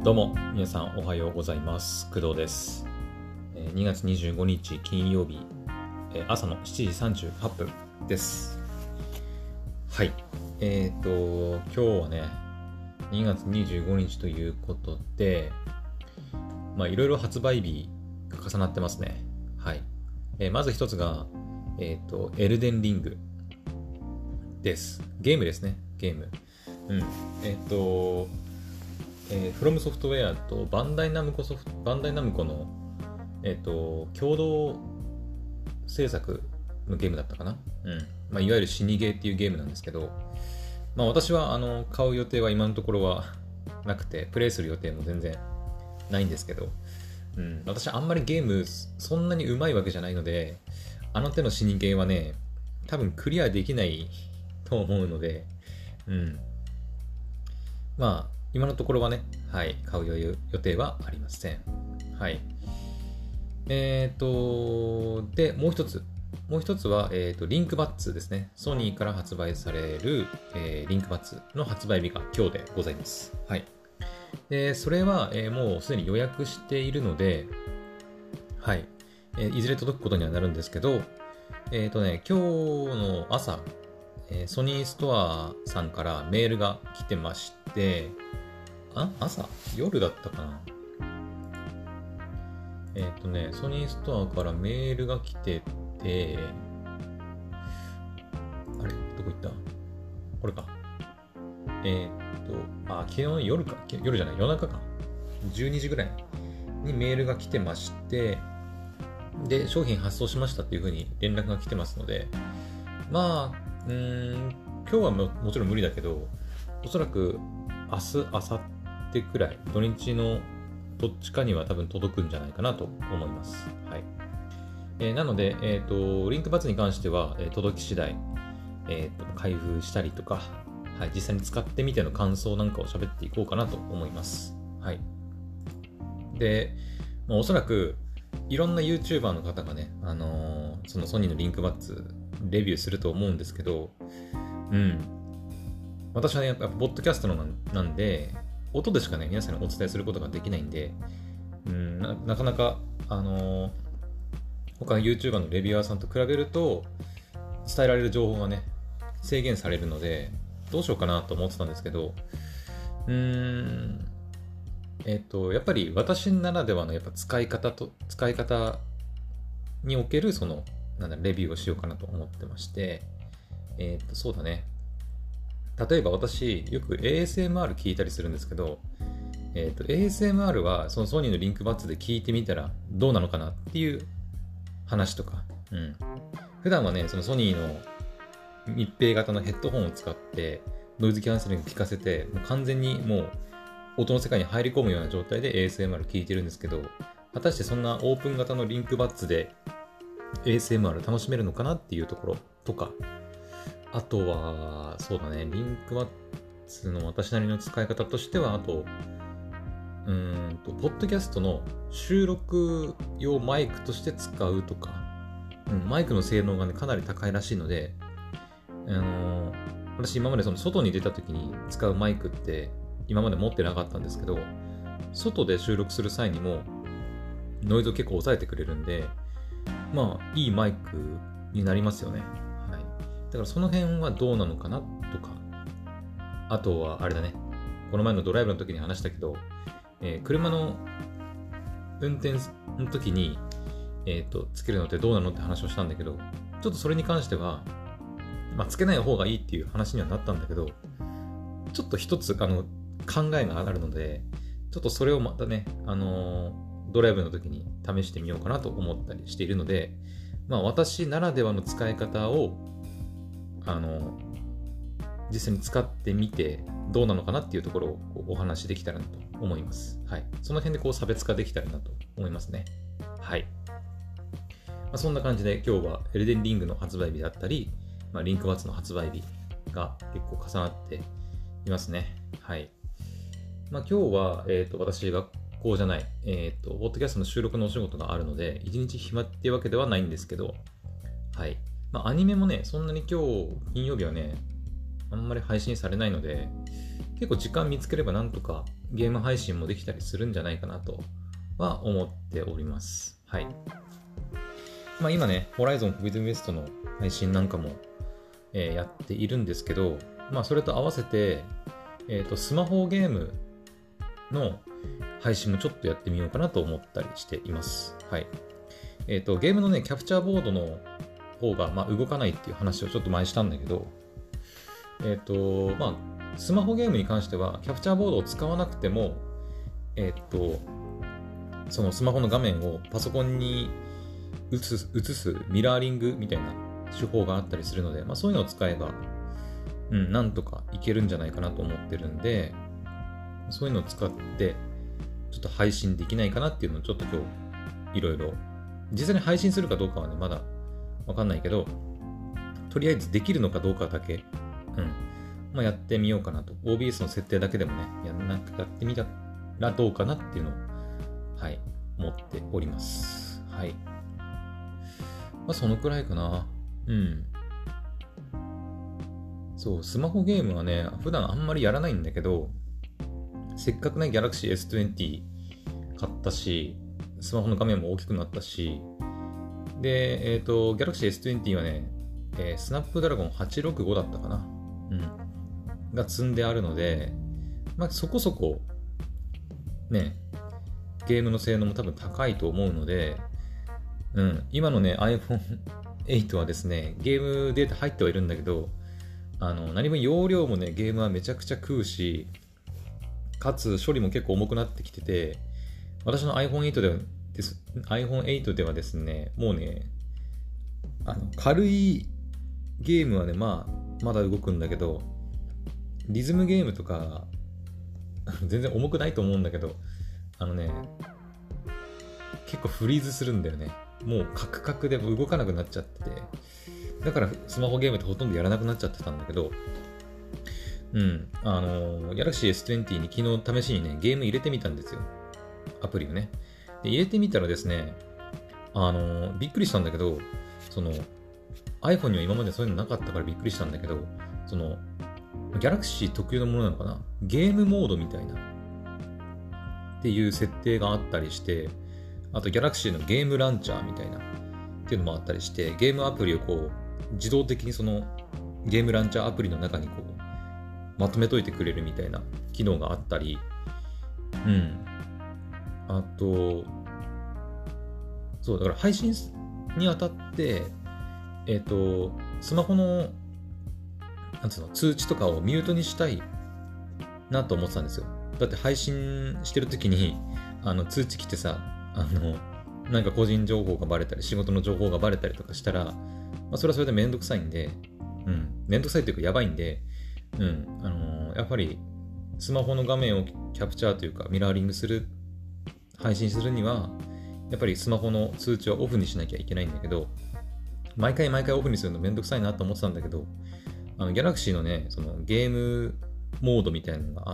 どうも皆さんおはようございます。工藤です。2月25日金曜日朝の7時38分です。はい。今日はね2月25日ということで、いろいろ発売日が重なってますね。はい。まず一つがエルデンリングです。ゲームですね。ゲーム。フロムソフトウェアとバンダイナムコの、共同制作のゲームだったかな。いわゆる死にゲーっていうゲームなんですけど、私は買う予定は今のところはなくて、プレイする予定も全然ないんですけど、私あんまりゲームそんなに上手いわけじゃないので、あの手の死にゲーはね、多分クリアできないと思うので、今のところはね、買う予定はありません。はい。で、もう一つは、リンクバッツですね。ソニーから発売される、リンクバッツの発売日が今日でございます。はい。で、それは、もうすでに予約しているので、はい。いずれ届くことにはなるんですけど、今日の朝、ソニーストアさんからメールが来てまして、夜だったかな。ソニーストアからメールが来てて、あれどこ行ったこれか。昨日の夜じゃない、夜中か。12時ぐらいにメールが来てまして、で、商品発送しましたっていう風に連絡が来てますので、今日は もちろん無理だけど、おそらく明日、明後日くらい、土日のどっちかには多分届くんじゃないかなと思います。はい。なので、リンクバツに関しては、届き次第、開封したりとか、実際に使ってみての感想なんかを喋っていこうかなと思います。はい。で、おそらく、いろんな YouTuber の方がね、そのソニーのリンクバッツレビューすると思うんですけど、私はね、やっぱポッドキャストなんで、音でしかね、皆さんにお伝えすることができないんで、なかなか、他の YouTuber のレビュアーさんと比べると、伝えられる情報がね、制限されるので、どうしようかなと思ってたんですけど、やっぱり私ならではのやっぱ使い方におけるレビューをしようかなと思ってまして、そうだね。例えば私、よく ASMR 聞いたりするんですけど、ASMR はそのソニーのリンクバッツで聞いてみたらどうなのかなっていう話とか、普段はね、そのソニーの密閉型のヘッドホンを使ってノイズキャンセリング聞かせて、もう完全にもう音の世界に入り込むような状態で ASMR 聞いてるんですけど、果たしてそんなオープン型のリンクバッツで ASMR 楽しめるのかなっていうところとか、あとは、そうだね、リンクバッツの私なりの使い方としては、あと、ポッドキャストの収録用マイクとして使うとか、マイクの性能がね、かなり高いらしいので、私今までその外に出た時に使うマイクって今まで持ってなかったんですけど、外で収録する際にもノイズを結構抑えてくれるんで、いいマイクになりますよね。だからその辺はどうなのかなとか、あとはあれだね、この前のドライブの時に話したけど、車の運転の時に、つけるのってどうなのって話をしたんだけど、ちょっとそれに関しては、つけない方がいいっていう話にはなったんだけど、ちょっと一つ考えがあるので、ちょっとそれをまたね、ドライブの時に試してみようかなと思ったりしているので、私ならではの使い方を実際に使ってみてどうなのかなっていうところをお話しできたらなと思います。はい。その辺で差別化できたらなと思いますね。はい。そんな感じで今日はエルデンリングの発売日だったり、リンクバッツの発売日が結構重なっていますね。はい。今日は、私学校じゃない、ポッドキャストの収録のお仕事があるので、一日暇っていうわけではないんですけど、はい。アニメもね、そんなに今日、金曜日はね、 あんまり配信されないので、結構時間見つければなんとかゲーム配信もできたりするんじゃないかなとは思っております。はい。今ね、ホライゾンフォビドゥンウェストの配信なんかも、やっているんですけど、それと合わせて、スマホゲームの配信もちょっとやってみようかなと思ったりしています。はい。ゲームのね、キャプチャーボードの方が、動かないっていう話をちょっと前したんだけど、スマホゲームに関しては、キャプチャーボードを使わなくても、そのスマホの画面をパソコンに映すミラーリングみたいな手法があったりするので、そういうのを使えば、なんとかいけるんじゃないかなと思ってるんで、そういうのを使って、ちょっと配信できないかなっていうのをちょっと今日、いろいろ、実際に配信するかどうかはね、まだわかんないけど、とりあえずできるのかどうかだけ、やってみようかなと。OBS の設定だけでもね、やってみたらどうかなっていうのを、はい、思っております。はい。そのくらいかな。そう、スマホゲームはね、普段あんまりやらないんだけど、せっかくね、Galaxy S20 買ったし、スマホの画面も大きくなったし、で、Galaxy S20 はね、スナップドラゴン865だったかな。が積んであるので、そこそこ、ね、ゲームの性能も多分高いと思うので、今のね、iPhone8 はですね、ゲームデータ入ってはいるんだけど、何も容量もね、ゲームはめちゃくちゃ食うし、かつ処理も結構重くなってきてて、私の iPhone8 ではですね、もうね、軽いゲームはね、まだ動くんだけど、リズムゲームとか、全然重くないと思うんだけど、結構フリーズするんだよね。もうカクカクで動かなくなっちゃってて、だからスマホゲームってほとんどやらなくなっちゃってたんだけど、Galaxy S20 に昨日試しにね、ゲーム入れてみたんですよ。アプリをね。で、入れてみたらですね、びっくりしたんだけど、iPhone には今までそういうのなかったからびっくりしたんだけど、Galaxy 特有のものなのかな、ゲームモードみたいなっていう設定があったりして、あと Galaxy のゲームランチャーみたいなっていうのもあったりして、ゲームアプリをこう自動的にそのゲームランチャーアプリの中にこうまとめといてくれるみたいな機能があったり、あと、そうだから配信にあたって、スマホの通知とかをミュートにしたいなと思ってたんですよ。だって配信してる時に通知来てさ、なんか個人情報がバレたり仕事の情報がバレたりとかしたら、それはそれでめんどくさいんで、めんどくさいというかやばいんで、やっぱりスマホの画面をキャプチャーというかミラーリングする配信するにはやっぱりスマホの通知はオフにしなきゃいけないんだけど、毎回オフにするのめんどくさいなと思ってたんだけど、Galaxy のね、そのゲームモードみたいなのがあって、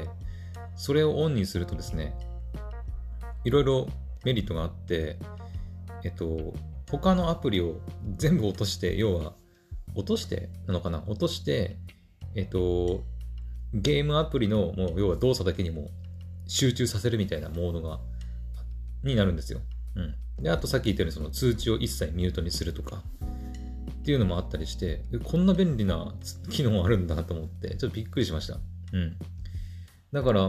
それをオンにするとですね、いろいろメリットがあって、他のアプリを全部落として、要は、落としてなのかな、落として、ゲームアプリのもう要は動作だけにも集中させるみたいなモードになるんですよ。で、あとさっき言ったようにその通知を一切ミュートにするとかっていうのもあったりして、こんな便利な機能あるんだと思ってちょっとびっくりしました。だから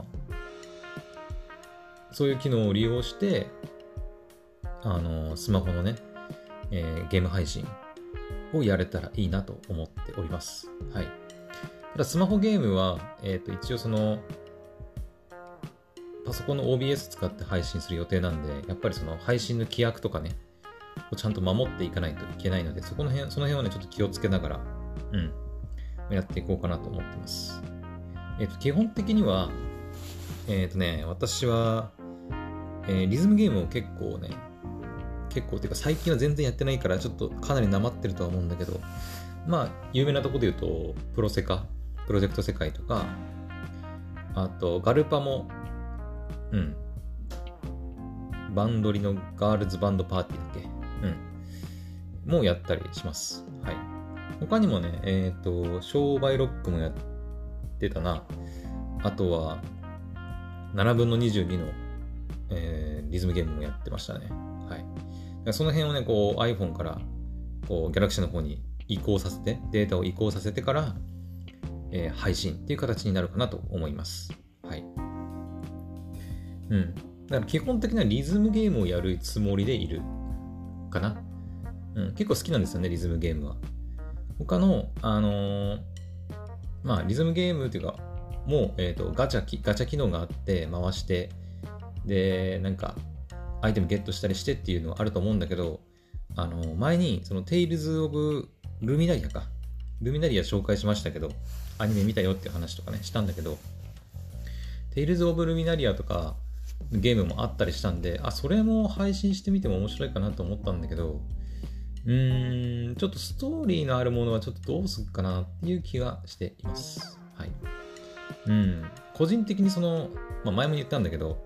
そういう機能を利用してスマホのね、ゲーム配信をやれたらいいなと思っております。はい。ただスマホゲームは、一応そのパソコンの OBS 使って配信する予定なんで、やっぱりその配信の規約とかね、をちゃんと守っていかないといけないので、その辺はね、ちょっと気をつけながら、やっていこうかなと思ってます。基本的には、私は、リズムゲームを結構っていうか最近は全然やってないからちょっとかなりなまってるとは思うんだけど、有名なところで言うとプロジェクト世界とか、あとガルパもバンドリのガールズバンドパーティーだっけもうやったりします。はい。 他にもね、商売ロックもやってたな。あとは、7分の22の、リズムゲームもやってましたね。はい。その辺をね、こう iPhone から、こう Galaxy の方に移行させて、データを移行させてから、配信っていう形になるかなと思います。はい。うん。だから基本的にはリズムゲームをやるつもりでいるかな。うん。結構好きなんですよね、リズムゲームは。他の、まあ、リズムゲームっていうか、もう、ガチャ機能があって回して、で、なんか、アイテムゲットしたりしてっていうのはあると思うんだけど、前に、その、テイルズ・オブ・ルミナリアか。ルミナリア紹介しましたけど、アニメ見たよっていう話とかね、したんだけど、テイルズ・オブ・ルミナリアとか、ゲームもあったりしたんで、それも配信してみても面白いかなと思ったんだけど、ちょっとストーリーのあるものはちょっとどうすっかなっていう気がしています。はい。個人的にその、前も言ったんだけど、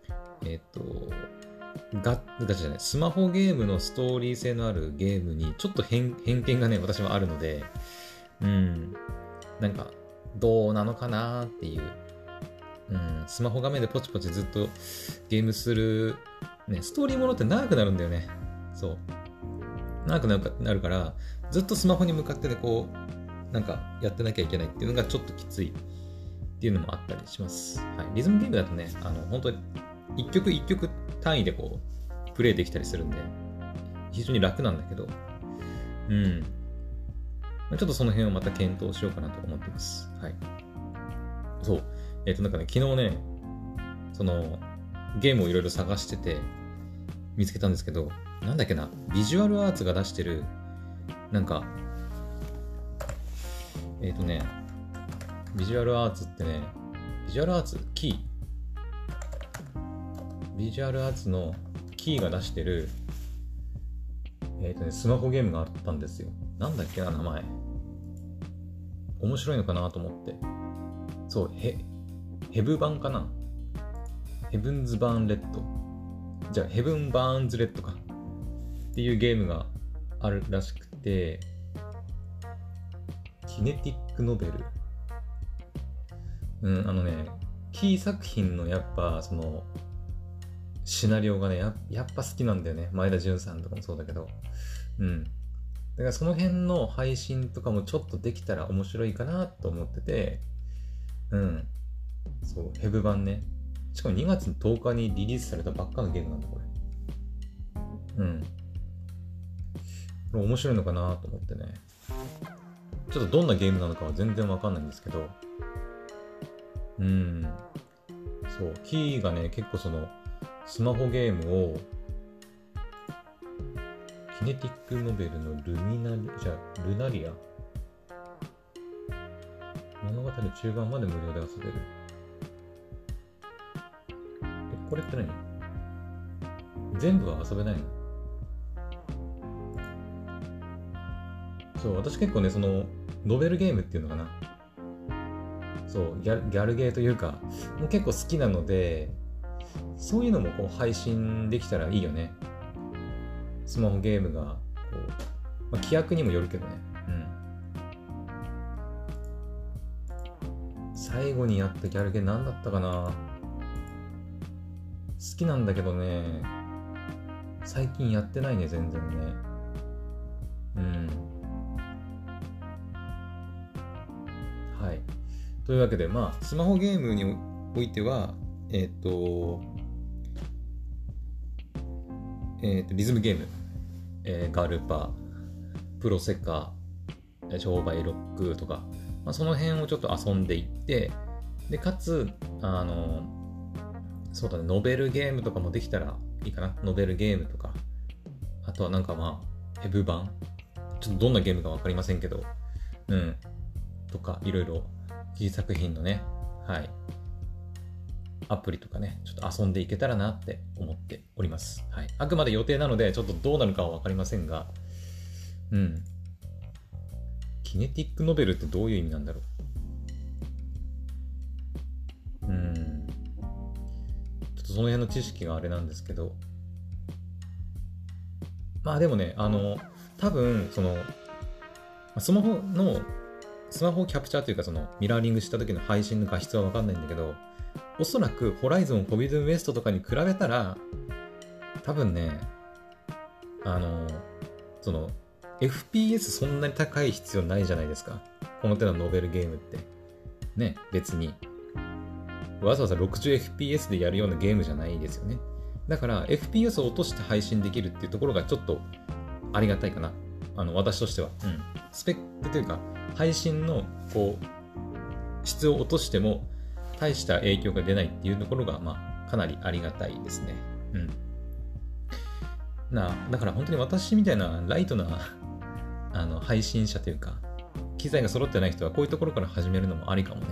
ガチじゃない、スマホゲームのストーリー性のあるゲームにちょっと偏見がね、私はあるので、なんか、どうなのかなっていう、スマホ画面でポチポチずっとゲームする、ね、ストーリーものって長くなるんだよね。そう。長くなるから、ずっとスマホに向かってね、こう、なんかやってなきゃいけないっていうのがちょっときついっていうのもあったりします。はい。リズムゲームだとね、本当に一曲一曲単位でこう、プレイできたりするんで、非常に楽なんだけど、ちょっとその辺をまた検討しようかなと思ってます。はい。そう。なんかね、昨日ね、その、ゲームをいろいろ探してて、見つけたんですけど、なんだっけな、ビジュアルアーツが出してる、なんか、ビジュアルアーツってね、ビジュアルアーツキービジュアルアーツのキーが出してる、スマホゲームがあったんですよ。なんだっけな、名前。面白いのかなと思って。そう、ヘブ版かな。ヘブンズ・バーン・レッド。じゃあ、ヘブン・バーンズ・レッドか。っていうゲームがあるらしくて、キネティックノベル。キー作品のやっぱ、その、シナリオがね、やっぱ好きなんだよね。前田純さんとかもそうだけど。だからその辺の配信とかもちょっとできたら面白いかなと思ってて、そう、ヘブ版ね。しかも2月10日にリリースされたばっかのゲームなんだ、これ。これ面白いのかなと思ってね。ちょっとどんなゲームなのかは全然わかんないんですけど、そう、キーがね、結構その、スマホゲームを、キネティックノベルのルナリア物語中盤まで無料で遊べる。これって何？全部は遊べないの？そう、私結構ね、その、ノベルゲームっていうのかな。そう、ギャルゲーというか、もう結構好きなので、そういうのもこう配信できたらいいよね。スマホゲームが、こう、規約にもよるけどね。最後にやったギャルゲー何だったかな？好きなんだけどね、最近やってないね、全然ね。はい。というわけで、スマホゲームにおいては、リズムゲーム、ガルパ、プロセカ、商売ロックとか、その辺をちょっと遊んでいって、で、かつ、そうだね、ノベルゲームとかもできたらいいかな。ノベルゲームとか、あとはなんかヘブ版、ちょっとどんなゲームかわかりませんけど、とか、いろいろ、記事作品のね、はい、アプリとかね、ちょっと遊んでいけたらなって思っております。はい。あくまで予定なので、ちょっとどうなるかはわかりませんが、キネティックノベルってどういう意味なんだろう。ちょっとその辺の知識があれなんですけど、でもね、多分、その、 スマホをキャプチャーというか、そのミラーリングした時の配信の画質は分かんないんだけど、おそらくホライゾン、フォビドゥンウエストとかに比べたら、多分ね、その FPS そんなに高い必要ないじゃないですか。この手のノベルゲームって。ね、別に。わざわざ 60fps でやるようなゲームじゃないですよね。だから FPS を落として配信できるっていうところがちょっとありがたいかな。私としては。スペックというか、配信のこう質を落としても大した影響が出ないっていうところが、かなりありがたいですね。だから本当に私みたいなライトな配信者というか、機材が揃ってない人はこういうところから始めるのもありかもね。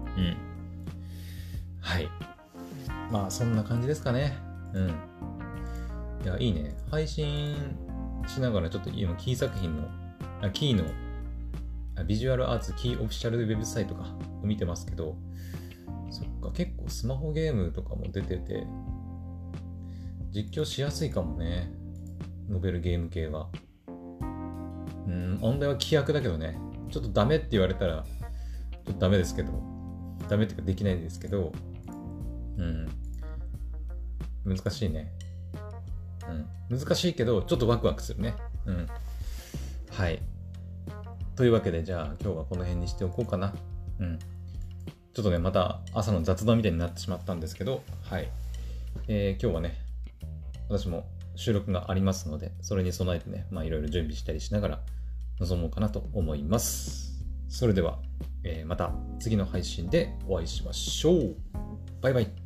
はい。そんな感じですかね。いや、いいね。配信しながらちょっと今キー作品の、キーのビジュアルアーツキーオフィシャルウェブサイトかを見てますけど、そっか、結構スマホゲームとかも出てて、実況しやすいかもね。ノベルゲーム系は。問題は規約だけどね。ちょっとダメって言われたら、ちょっとダメですけど、ダメっていうかできないですけど、難しいね。難しいけど、ちょっとワクワクするね。はい。というわけで、じゃあ今日はこの辺にしておこうかな。ちょっとね、また朝の雑談みたいになってしまったんですけど、はい。今日はね、私も収録がありますので、それに備えてね、いろいろ準備したりしながら臨もうかなと思います。それでは、また次の配信でお会いしましょう。バイバイ。